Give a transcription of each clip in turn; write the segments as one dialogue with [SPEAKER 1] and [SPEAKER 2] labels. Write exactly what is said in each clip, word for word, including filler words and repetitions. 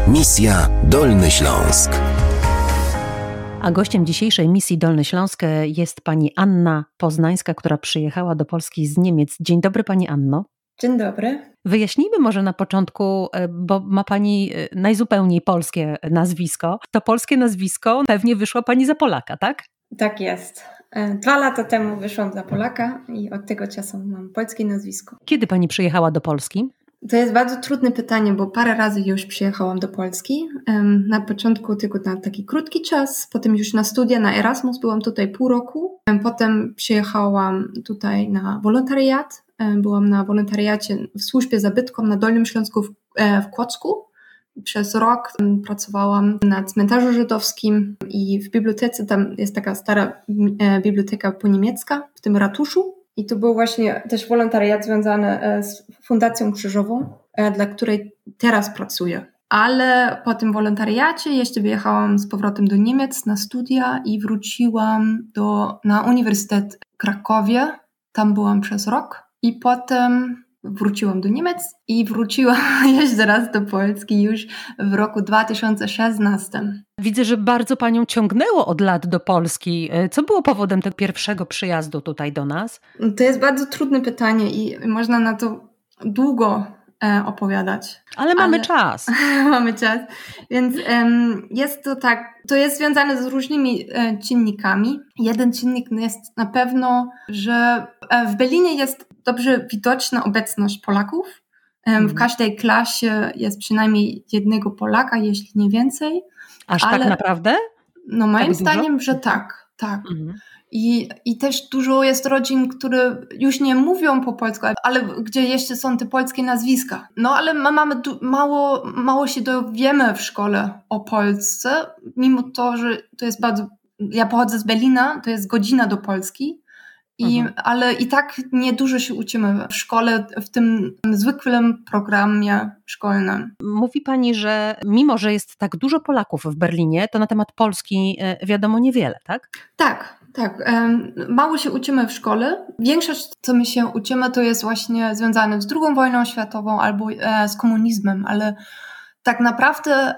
[SPEAKER 1] Misja Dolny Śląsk.
[SPEAKER 2] A gościem dzisiejszej misji Dolny Śląsk jest pani Anna Poznańska, która przyjechała do Polski z Niemiec. Dzień dobry pani Anno.
[SPEAKER 3] Dzień dobry.
[SPEAKER 2] Wyjaśnijmy może na początku, bo ma pani najzupełniej polskie nazwisko. To polskie nazwisko pewnie wyszło pani za Polaka, tak?
[SPEAKER 3] Tak jest. Dwa lata temu wyszłam za Polaka i od tego czasu mam polskie nazwisko.
[SPEAKER 2] Kiedy pani przyjechała do Polski?
[SPEAKER 3] To jest bardzo trudne pytanie, bo parę razy już przyjechałam do Polski. Na początku tylko na taki krótki czas, potem już na studia, na Erasmus byłam tutaj pół roku. Potem przyjechałam tutaj na wolontariat. Byłam na wolontariacie w służbie zabytkom na Dolnym Śląsku w, w Kłodzku. Przez rok pracowałam na cmentarzu żydowskim i w bibliotece, tam jest taka stara biblioteka poniemiecka w tym ratuszu. I to był właśnie też wolontariat związany z Fundacją Krzyżową, dla której teraz pracuję. Ale po tym wolontariacie jeszcze wyjechałam z powrotem do Niemiec na studia i wróciłam do, na Uniwersytet w Krakowie. Tam byłam przez rok i potem wróciłam do Niemiec i wróciłam jeszcze raz do Polski już w roku dwa tysiące szesnastym.
[SPEAKER 2] Widzę, że bardzo panią ciągnęło od lat do Polski. Co było powodem tego pierwszego przyjazdu tutaj do nas?
[SPEAKER 3] To jest bardzo trudne pytanie i można na to długo e, opowiadać.
[SPEAKER 2] Ale mamy Ale... czas.
[SPEAKER 3] mamy czas. Więc um, jest to tak, to jest związane z różnymi e, czynnikami. Jeden czynnik jest na pewno, że w Berlinie jest dobrze widoczna obecność Polaków. Um, w każdej klasie jest przynajmniej jednego Polaka, jeśli nie więcej.
[SPEAKER 2] Aż
[SPEAKER 3] Ale,
[SPEAKER 2] tak naprawdę?
[SPEAKER 3] No moim
[SPEAKER 2] tak
[SPEAKER 3] zdaniem,
[SPEAKER 2] dużo?
[SPEAKER 3] że tak, tak.
[SPEAKER 2] Mhm.
[SPEAKER 3] I, I też dużo jest rodzin, które już nie mówią po polsku, ale gdzie jeszcze są te polskie nazwiska. No ale my mamy du- mało, mało się dowiemy w szkole o Polsce, mimo to, że to jest bardzo... Ja pochodzę z Berlina, to jest godzina do Polski. I, mhm. Ale i tak niedużo się uczymy w szkole, w tym zwykłym programie szkolnym.
[SPEAKER 2] Mówi pani, że mimo, że jest tak dużo Polaków w Berlinie, to na temat Polski wiadomo niewiele, tak?
[SPEAKER 3] Tak, tak. Mało się uczymy w szkole. Większość, co my się uczymy, to jest właśnie związane z drugą wojną światową albo z komunizmem, ale tak naprawdę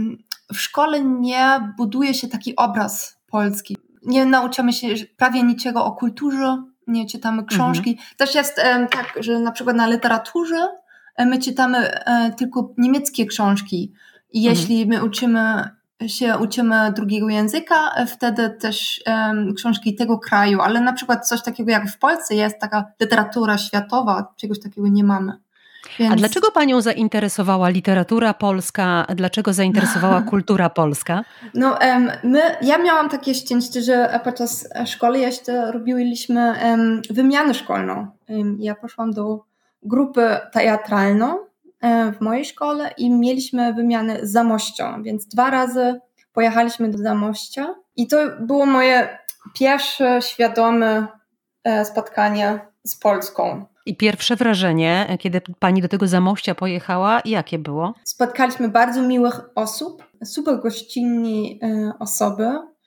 [SPEAKER 3] w szkole nie buduje się taki obraz Polski. Nie nauczymy się prawie niczego o kulturze, nie czytamy książki. Mhm. Też jest e, tak, że na przykład na literaturze e, my czytamy e, tylko niemieckie książki. I mhm. jeśli my uczymy się uczymy drugiego języka, e, wtedy też e, książki tego kraju. Ale na przykład coś takiego jak w Polsce jest taka literatura światowa, czegoś takiego nie mamy.
[SPEAKER 2] Więc... A dlaczego panią zainteresowała literatura polska? Dlaczego zainteresowała kultura polska?
[SPEAKER 3] No, um, my, ja miałam takie szczęście, że podczas szkoły jeszcze robiliśmy um, wymianę szkolną. Um, ja poszłam do grupy teatralną um, w mojej szkole i mieliśmy wymianę z Zamością, więc dwa razy pojechaliśmy do Zamościa i to było moje pierwsze świadome e, spotkanie z Polską.
[SPEAKER 2] I pierwsze wrażenie, kiedy pani do tego Zamościa pojechała, jakie było?
[SPEAKER 3] Spotkaliśmy bardzo miłych osób, super gościnni e, osoby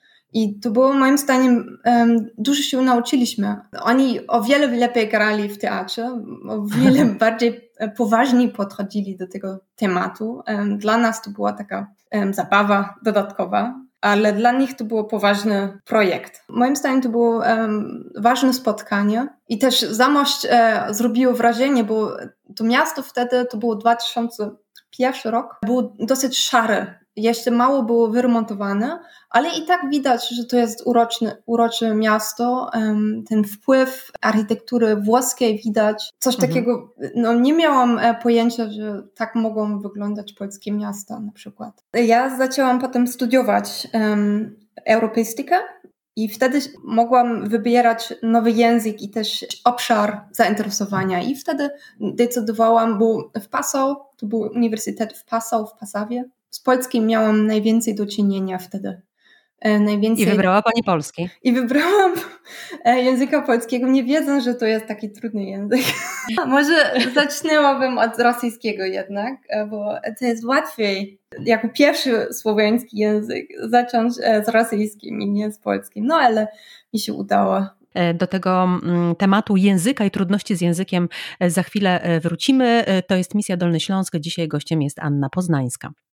[SPEAKER 3] i to było moim zdaniem, e, dużo się nauczyliśmy. Oni o wiele lepiej grali w teatrze, o wiele bardziej poważnie podchodzili do tego tematu. E, dla nas to była taka e, zabawa dodatkowa. Ale dla nich to było poważny projekt. Moim zdaniem to było um, ważne spotkanie i też Zamość e, zrobiło wrażenie, bo to miasto wtedy, to było dwa tysiące pierwszy rok, było dosyć szare. Jeszcze mało było wyremontowane, ale i tak widać, że to jest uroczne, urocze miasto. Um, ten wpływ architektury włoskiej widać. Coś mhm. takiego, no nie miałam e, pojęcia, że tak mogą wyglądać polskie miasta na przykład. Ja zaczęłam potem studiować um, europeistykę i wtedy mogłam wybierać nowy język i też obszar zainteresowania. I wtedy decydowałam, bo w Passau, to był Uniwersytet w Passau, w Passawie, z polskim miałam najwięcej do czynienia wtedy. E, najwięcej...
[SPEAKER 2] I wybrała pani polski.
[SPEAKER 3] I wybrałam e, języka polskiego, nie wiedząc, że to jest taki trudny język. Może zacznęłabym od rosyjskiego jednak, e, bo to jest łatwiej jako pierwszy słowiański język zacząć e, z rosyjskim i nie z polskim. No ale mi się udało.
[SPEAKER 2] Do tego tematu języka i trudności z językiem za chwilę wrócimy. To jest Misja Dolny Śląsk. Dzisiaj gościem jest Anna Poznańska.